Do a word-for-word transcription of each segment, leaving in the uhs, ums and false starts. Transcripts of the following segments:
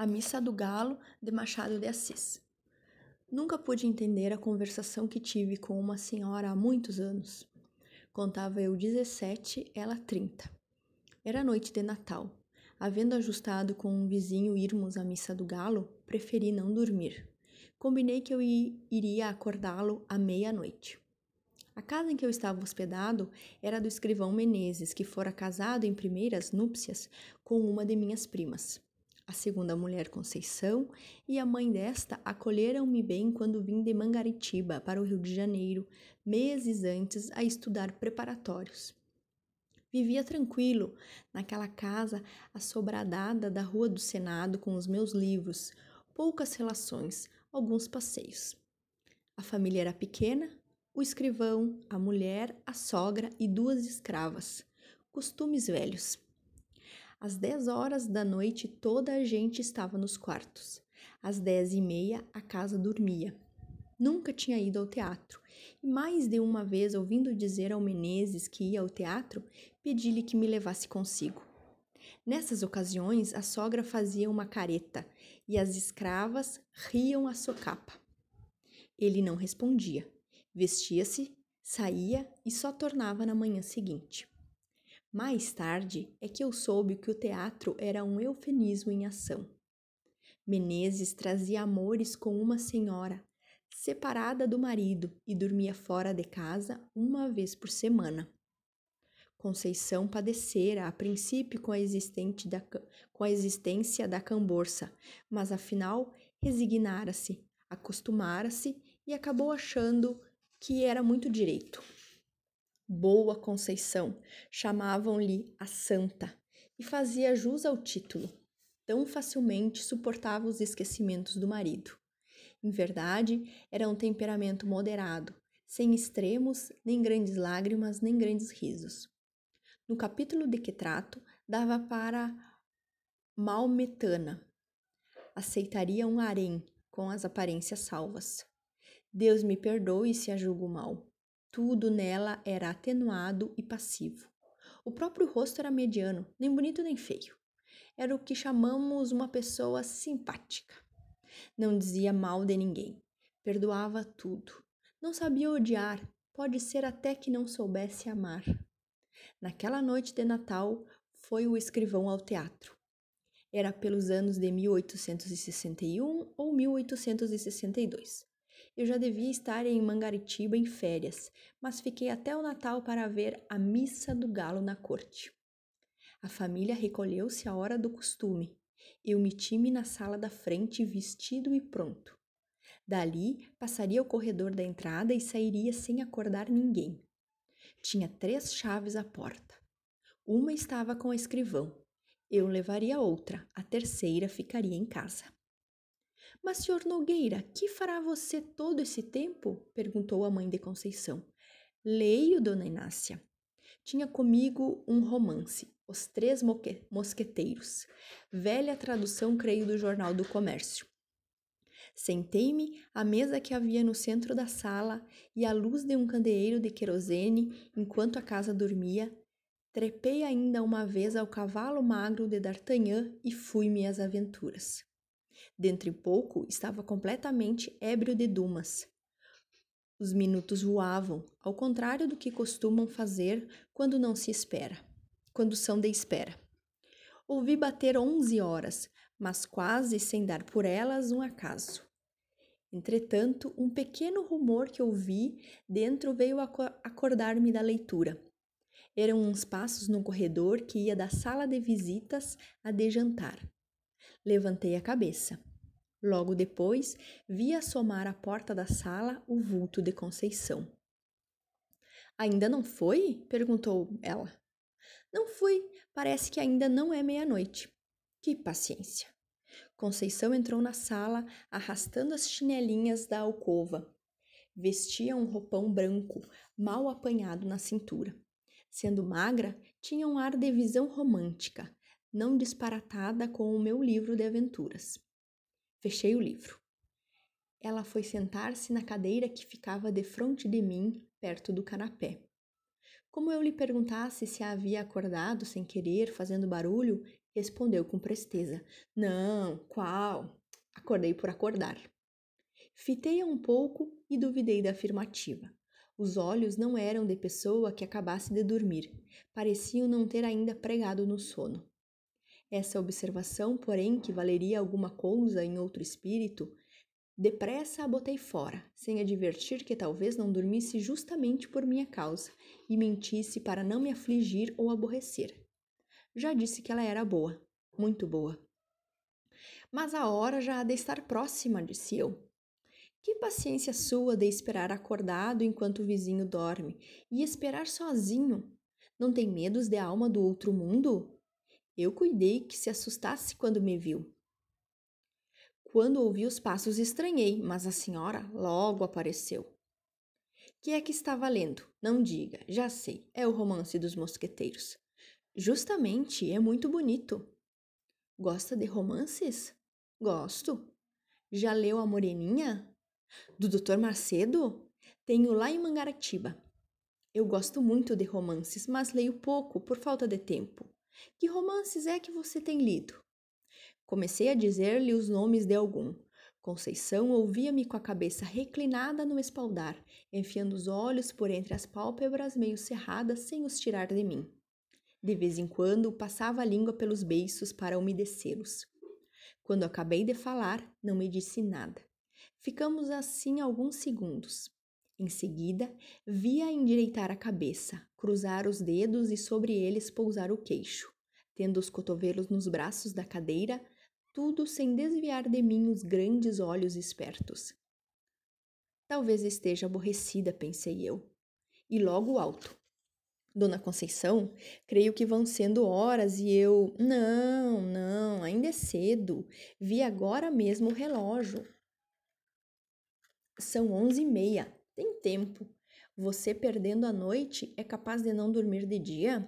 A Missa do Galo, de Machado de Assis. Nunca pude entender a conversação que tive com uma senhora há muitos anos. Contava eu dezessete, ela trinta. Era noite de Natal. Havendo ajustado com um vizinho irmos à Missa do Galo, preferi não dormir. Combinei que eu iria acordá-lo à meia-noite. A casa em que eu estava hospedado era do escrivão Menezes, que fora casado em primeiras núpcias com uma de minhas primas. A segunda mulher, Conceição, e a mãe desta acolheram-me bem quando vim de Mangaritiba para o Rio de Janeiro, meses antes, a estudar preparatórios. Vivia tranquilo naquela casa assobradada da Rua do Senado com os meus livros, poucas relações, alguns passeios. A família era pequena, o escrivão, a mulher, a sogra e duas escravas, costumes velhos. Às dez horas da noite toda a gente estava nos quartos. Às dez e meia a casa dormia. Nunca tinha ido ao teatro, e mais de uma vez, ouvindo dizer ao Menezes que ia ao teatro, pedi-lhe que me levasse consigo. Nessas ocasiões, a sogra fazia uma careta e as escravas riam a socapa. Ele não respondia. Vestia-se, saía e só tornava na manhã seguinte. Mais tarde é que eu soube que o teatro era um eufemismo em ação. Menezes trazia amores com uma senhora, separada do marido, e dormia fora de casa uma vez por semana. Conceição padecera, a princípio, com a, da, com a existência da camborça, mas afinal resignara-se, acostumara-se e acabou achando que era muito direito. Boa Conceição, chamavam-lhe a Santa, e fazia jus ao título. Tão facilmente suportava os esquecimentos do marido. Em verdade, era um temperamento moderado, sem extremos, nem grandes lágrimas, nem grandes risos. No capítulo de que trato, dava para Maometana. Aceitaria um harém, com as aparências salvas. Deus me perdoe se a julgo mal. Tudo nela era atenuado e passivo. O próprio rosto era mediano, nem bonito nem feio. Era o que chamamos uma pessoa simpática. Não dizia mal de ninguém. Perdoava tudo. Não sabia odiar. Pode ser até que não soubesse amar. Naquela noite de Natal, foi o escrivão ao teatro. Era pelos anos de mil oitocentos e sessenta e um ou mil oitocentos e sessenta e dois. Eu já devia estar em Mangaritiba em férias, mas fiquei até o Natal para ver a Missa do Galo na corte. A família recolheu-se à hora do costume. Eu meti-me na sala da frente, vestido e pronto. Dali, passaria o corredor da entrada e sairia sem acordar ninguém. Tinha três chaves à porta. Uma estava com a escrivão. Eu levaria outra, a terceira ficaria em casa. Mas, senhor Nogueira, que fará você todo esse tempo? Perguntou a mãe de Conceição. Leio, dona Inácia. Tinha comigo um romance, Os Três Mosqueteiros, velha tradução, creio, do Jornal do Comércio. Sentei-me à mesa que havia no centro da sala e, à luz de um candeeiro de querosene, enquanto a casa dormia, trepei ainda uma vez ao cavalo magro de D'Artagnan e fui-me às aventuras. Dentro de pouco, estava completamente ébrio de Dumas. Os minutos voavam, ao contrário do que costumam fazer quando não se espera, quando são de espera. Ouvi bater onze horas, mas quase sem dar por elas um acaso. Entretanto, um pequeno rumor que ouvi dentro veio acordar-me da leitura. Eram uns passos no corredor que ia da sala de visitas à de jantar. Levantei a cabeça. Logo depois, vi assomar à porta da sala o vulto de Conceição. Ainda não foi? Perguntou ela. Não fui, parece que ainda não é meia-noite. Que paciência! Conceição entrou na sala, arrastando as chinelinhas da alcova. Vestia um roupão branco, mal apanhado na cintura. Sendo magra, tinha um ar de visão romântica, não disparatada com o meu livro de aventuras. Fechei o livro. Ela foi sentar-se na cadeira que ficava defronte de mim, perto do canapé. Como eu lhe perguntasse se a havia acordado sem querer, fazendo barulho, Respondeu com presteza. Não, qual? Acordei por acordar. Fitei-a um pouco e duvidei da afirmativa. Os olhos não eram de pessoa que acabasse de dormir. Pareciam não ter ainda pregado no sono. Essa observação, porém, que valeria alguma coisa em outro espírito, depressa a botei fora, sem advertir que talvez não dormisse justamente por minha causa e mentisse para não me afligir ou aborrecer. Já disse que ela era boa, muito boa. Mas a hora já há de estar próxima, disse eu. Que paciência sua de esperar acordado enquanto o vizinho dorme e esperar sozinho. Não tem medos de alma do outro mundo? Eu cuidei que se assustasse quando me viu. Quando ouvi os passos estranhei, mas a senhora logo apareceu. Que é que está valendo? Não diga, já sei, é o Romance dos Mosqueteiros. Justamente, é muito bonito. Gosta de romances? Gosto. Já leu A Moreninha? Do doutor Macedo? Tenho lá em Mangaratiba. Eu gosto muito de romances, mas leio pouco por falta de tempo. Que romances é que você tem lido? Comecei a dizer-lhe os nomes de algum. Conceição ouvia-me com a cabeça reclinada no espaldar, enfiando os olhos por entre as pálpebras meio cerradas sem os tirar de mim. De vez em quando passava a língua pelos beiços para umedecê-los. Quando acabei de falar, não me disse nada. Ficamos assim alguns segundos. Em seguida, vi-a endireitar a cabeça, cruzar os dedos e sobre eles pousar o queixo, tendo os cotovelos nos braços da cadeira, tudo sem desviar de mim os grandes olhos espertos. Talvez esteja aborrecida, pensei eu. E logo alto. Dona Conceição, creio que vão sendo horas e eu... Não, não, ainda é cedo. Vi agora mesmo o relógio. São onze e meia. Tem tempo. Você, perdendo a noite, é capaz de não dormir de dia?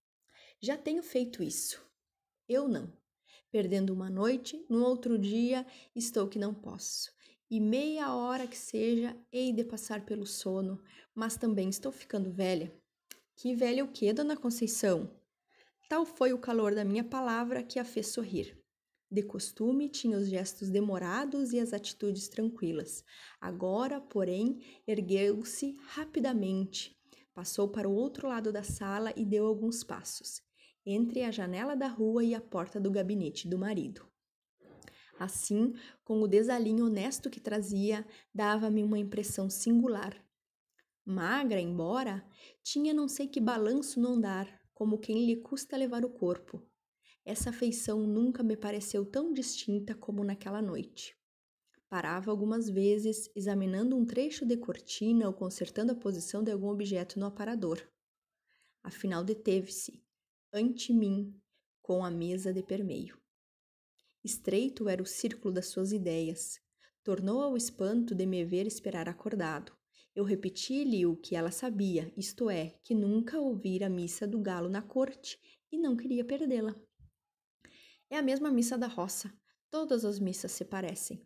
Já tenho feito isso. Eu não. Perdendo uma noite, no outro dia estou que não posso. E meia hora que seja, hei de passar pelo sono, mas também estou ficando velha. Que velha o quê, Dona Conceição? Tal foi o calor da minha palavra que a fez sorrir. De costume, tinha os gestos demorados e as atitudes tranquilas. Agora, porém, ergueu-se rapidamente, passou para o outro lado da sala e deu alguns passos, entre a janela da rua e a porta do gabinete do marido. Assim, com o desalinho honesto que trazia, dava-me uma impressão singular. Magra, embora, tinha não sei que balanço no andar, como quem lhe custa levar o corpo. Essa feição nunca me pareceu tão distinta como naquela noite. Parava algumas vezes, examinando um trecho de cortina ou consertando a posição de algum objeto no aparador. Afinal, deteve-se, ante mim, com a mesa de permeio. Estreito era o círculo das suas ideias. Tornou ao espanto de me ver esperar acordado. Eu repeti-lhe o que ela sabia, isto é, que nunca ouvira a missa do galo na corte e não queria perdê-la. É a mesma missa da roça. Todas as missas se parecem.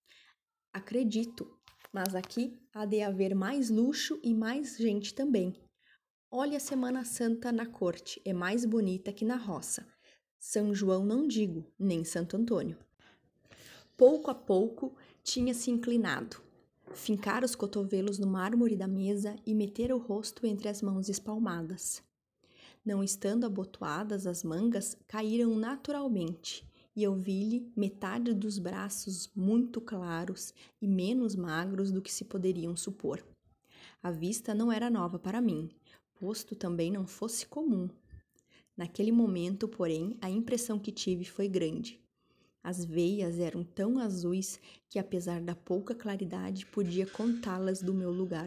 Acredito, mas aqui há de haver mais luxo e mais gente também. Olha a Semana Santa na corte, é mais bonita que na roça. São João não digo, nem Santo Antônio. Pouco a pouco tinha-se inclinado, fincar os cotovelos no mármore da mesa e meter o rosto entre as mãos espalmadas. Não estando abotoadas as mangas, caíram naturalmente, e eu vi-lhe metade dos braços muito claros e menos magros do que se poderiam supor. A vista não era nova para mim, posto também não fosse comum. Naquele momento, porém, a impressão que tive foi grande. As veias eram tão azuis que, apesar da pouca claridade, podia contá-las do meu lugar.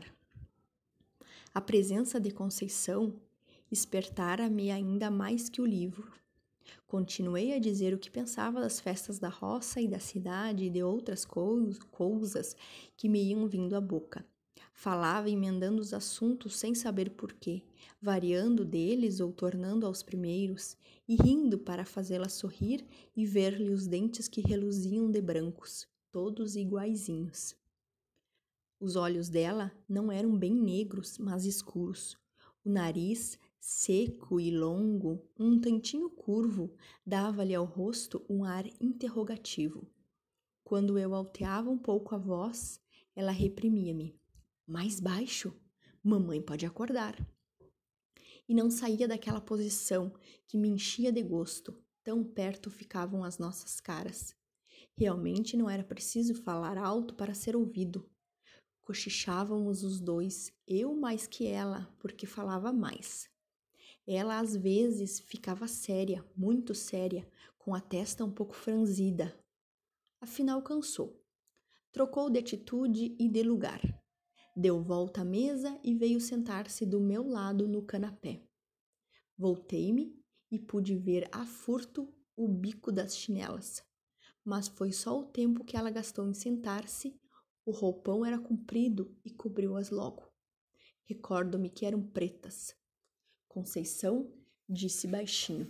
A presença de Conceição espertara-me ainda mais que o livro. Continuei a dizer o que pensava das festas da roça e da cidade e de outras coisas que me iam vindo à boca. Falava emendando os assuntos sem saber porquê, variando deles ou tornando aos primeiros, e rindo para fazê-la sorrir e ver-lhe os dentes que reluziam de brancos, todos iguaizinhos. Os olhos dela não eram bem negros, mas escuros. O nariz seco e longo, um tantinho curvo, dava-lhe ao rosto um ar interrogativo. Quando eu alteava um pouco a voz, ela reprimia-me. Mais baixo? Mamãe pode acordar. E não saía daquela posição que me enchia de gosto, tão perto ficavam as nossas caras. Realmente não era preciso falar alto para ser ouvido. Cochichávamos os dois, eu mais que ela, porque falava mais. Ela às vezes ficava séria, muito séria, com a testa um pouco franzida. Afinal cansou. Trocou de atitude e de lugar. Deu volta à mesa e veio sentar-se do meu lado no canapé. Voltei-me e pude ver a furto o bico das chinelas. Mas foi só o tempo que ela gastou em sentar-se. O roupão era comprido e cobriu-as logo. Recordo-me que eram pretas. Conceição disse baixinho.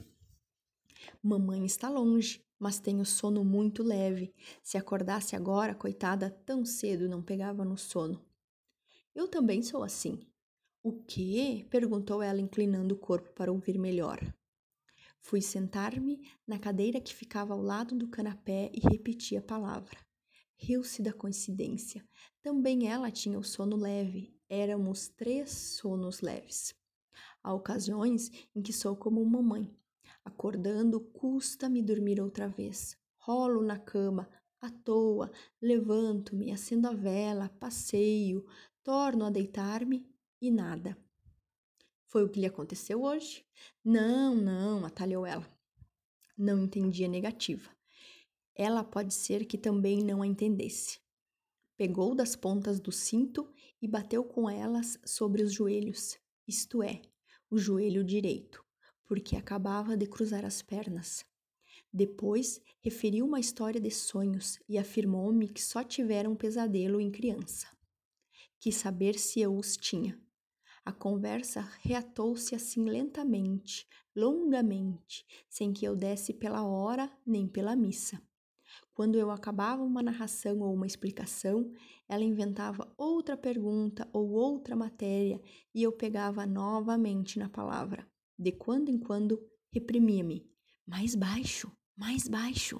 Mamãe está longe, mas tenho sono muito leve. Se acordasse agora, coitada, tão cedo não pegava no sono. Eu também sou assim. O quê? Perguntou ela, inclinando o corpo para ouvir melhor. Fui sentar-me na cadeira que ficava ao lado do canapé e repeti a palavra. Riu-se da coincidência. Também ela tinha o sono leve. Éramos três sonos leves. Há ocasiões em que sou como mamãe. Acordando, custa-me dormir outra vez. Rolo na cama, à toa, levanto-me, acendo a vela, passeio, torno a deitar-me e nada. Foi o que lhe aconteceu hoje? Não, não, atalhou ela. Não entendia negativa. Ela pode ser que também não a entendesse. Pegou das pontas do cinto e bateu com elas sobre os joelhos, isto é, o joelho direito, porque acabava de cruzar as pernas. Depois, referiu uma história de sonhos e afirmou-me que só tivera um pesadelo em criança. Quis saber se eu os tinha. A conversa reatou-se assim lentamente, longamente, sem que eu desse pela hora nem pela missa. Quando eu acabava uma narração ou uma explicação, ela inventava outra pergunta ou outra matéria e eu pegava novamente na palavra. De quando em quando, reprimia-me. Mais baixo, mais baixo.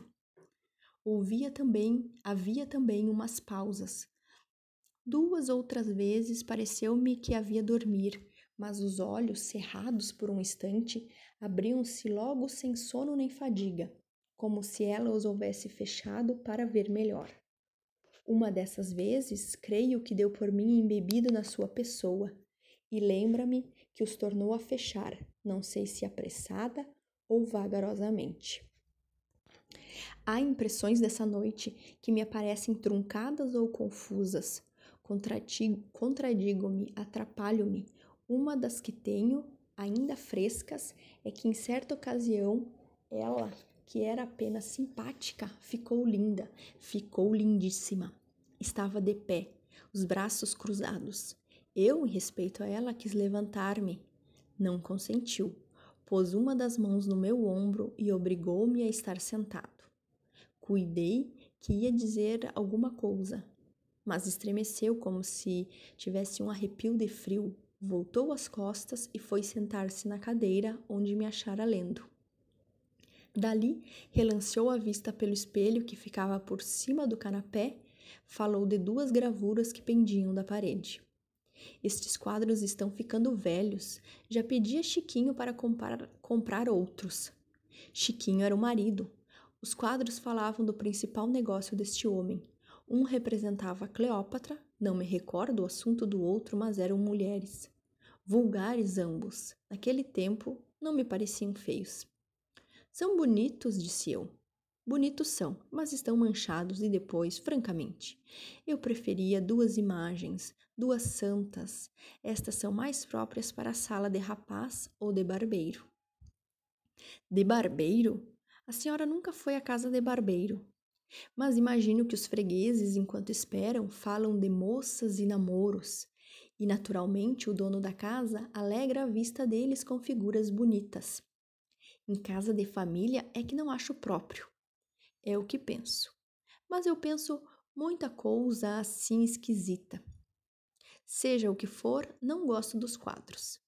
Ouvia também, havia também umas pausas. Duas outras vezes pareceu-me que havia dormir, mas os olhos, cerrados por um instante, abriam-se logo sem sono nem fadiga, como se ela os houvesse fechado para ver melhor. Uma dessas vezes, creio que deu por mim embebido na sua pessoa, e lembra-me que os tornou a fechar, não sei se apressada ou vagarosamente. Há impressões dessa noite que me aparecem truncadas ou confusas. Contradigo-me, atrapalho-me. Uma das que tenho, ainda frescas, é que em certa ocasião, ela, que era apenas simpática, ficou linda, ficou lindíssima. Estava de pé, os braços cruzados. Eu, em respeito a ela, quis levantar-me. Não consentiu. Pôs uma das mãos no meu ombro e obrigou-me a estar sentado. Cuidei que ia dizer alguma coisa, mas estremeceu como se tivesse um arrepio de frio, voltou as costas e foi sentar-se na cadeira onde me achara lendo. Dali, relanceou a vista pelo espelho que ficava por cima do canapé, falou de duas gravuras que pendiam da parede. Estes quadros estão ficando velhos, já pedi a Chiquinho para comprar, comprar outros. Chiquinho era o marido. Os quadros falavam do principal negócio deste homem. Um representava Cleópatra, não me recordo o assunto do outro, mas eram mulheres. Vulgares ambos. Naquele tempo, não me pareciam feios. São bonitos, disse eu. Bonitos são, mas estão manchados e depois, francamente, eu preferia duas imagens, duas santas. Estas são mais próprias para a sala de rapaz ou de barbeiro. De barbeiro? A senhora nunca foi à casa de barbeiro. Mas imagino que os fregueses, enquanto esperam, falam de moças e namoros. E, naturalmente, o dono da casa alegra a vista deles com figuras bonitas. Em casa de família é que não acho próprio. É o que penso. Mas eu penso muita coisa assim esquisita. Seja o que for, não gosto dos quadros.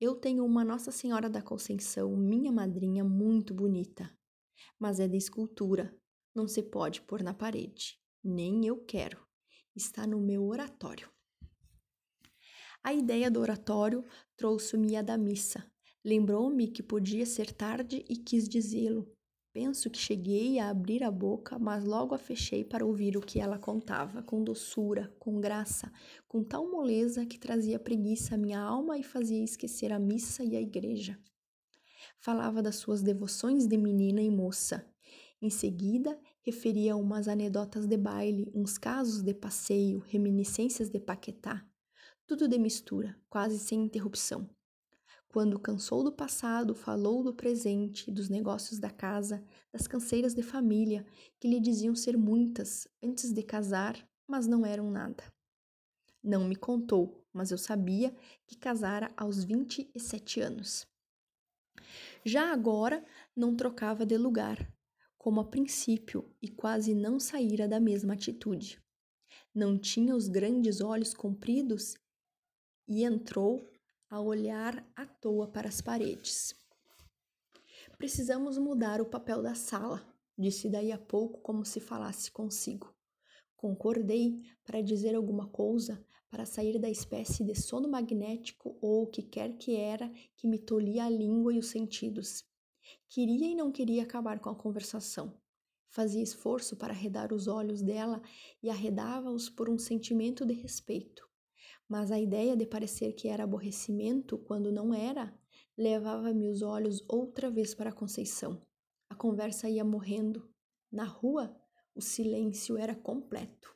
Eu tenho uma Nossa Senhora da Conceição, minha madrinha, muito bonita, mas é de escultura, não se pode pôr na parede, nem eu quero, está no meu oratório. A ideia do oratório trouxe-me a da missa, lembrou-me que podia ser tarde e quis dizê-lo. Penso que cheguei a abrir a boca, mas logo a fechei para ouvir o que ela contava, com doçura, com graça, com tal moleza que trazia preguiça à minha alma e fazia esquecer a missa e a igreja. Falava das suas devoções de menina e moça. Em seguida, referia umas anedotas de baile, uns casos de passeio, reminiscências de Paquetá. Tudo de mistura, quase sem interrupção. Quando cansou do passado, falou do presente, dos negócios da casa, das canseiras de família, que lhe diziam ser muitas antes de casar, mas não eram nada. Não me contou, mas eu sabia que casara aos vinte e sete anos. Já agora não trocava de lugar, como a princípio, e quase não saíra da mesma atitude. Não tinha os grandes olhos compridos e entrou a olhar à toa para as paredes. Precisamos mudar o papel da sala, disse daí a pouco como se falasse consigo. Concordei para dizer alguma coisa, para sair da espécie de sono magnético ou o que quer que era que me tolhia a língua e os sentidos. Queria e não queria acabar com a conversação. Fazia esforço para arredar os olhos dela e arredava-os por um sentimento de respeito. Mas a ideia de parecer que era aborrecimento quando não era, levava-me os olhos outra vez para a Conceição. A conversa ia morrendo. Na rua, o silêncio era completo.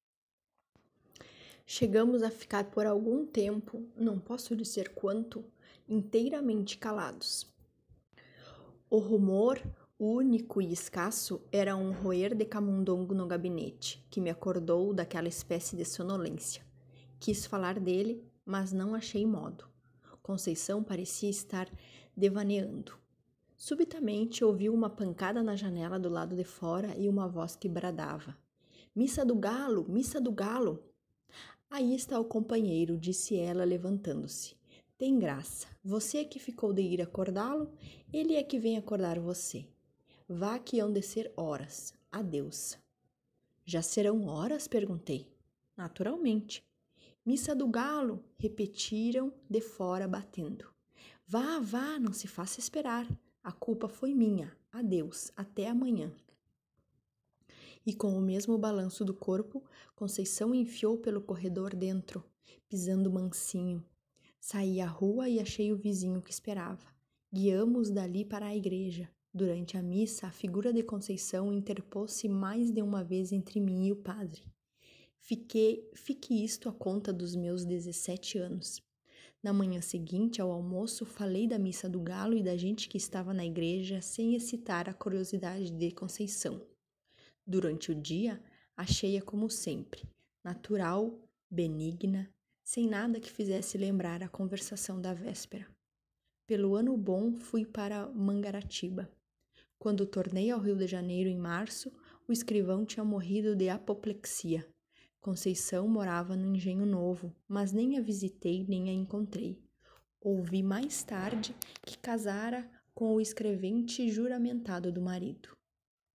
Chegamos a ficar por algum tempo, não posso dizer quanto, inteiramente calados. O rumor, único e escasso, era um roer de camundongo no gabinete, que me acordou daquela espécie de sonolência. Quis falar dele, mas não achei modo. Conceição parecia estar devaneando. Subitamente ouviu uma pancada na janela do lado de fora e uma voz que bradava. Missa do galo! Missa do galo! Aí está o companheiro, disse ela, levantando-se. Tem graça. Você é que ficou de ir acordá-lo, ele é que vem acordar você. Vá que hão de ser horas. Adeus. Já serão horas? Perguntei. Naturalmente. Missa do galo! Repetiram de fora batendo. Vá, vá, não se faça esperar. A culpa foi minha. Adeus, até amanhã. E com o mesmo balanço do corpo, Conceição enfiou pelo corredor dentro, pisando mansinho. Saí à rua e achei o vizinho que esperava. Guiamos dali para a igreja. Durante a missa, a figura de Conceição interpôs-se mais de uma vez entre mim e o padre. Fiquei, fique isto à conta dos meus dezessete anos. Na manhã seguinte, ao almoço, falei da missa do galo e da gente que estava na igreja sem excitar a curiosidade de Conceição. Durante o dia, achei-a como sempre, natural, benigna, sem nada que fizesse lembrar a conversação da véspera. Pelo ano bom, fui para Mangaratiba. Quando tornei ao Rio de Janeiro em março, o escrivão tinha morrido de apoplexia. Conceição morava no Engenho Novo, mas nem a visitei nem a encontrei. Ouvi mais tarde que casara com o escrevente juramentado do marido.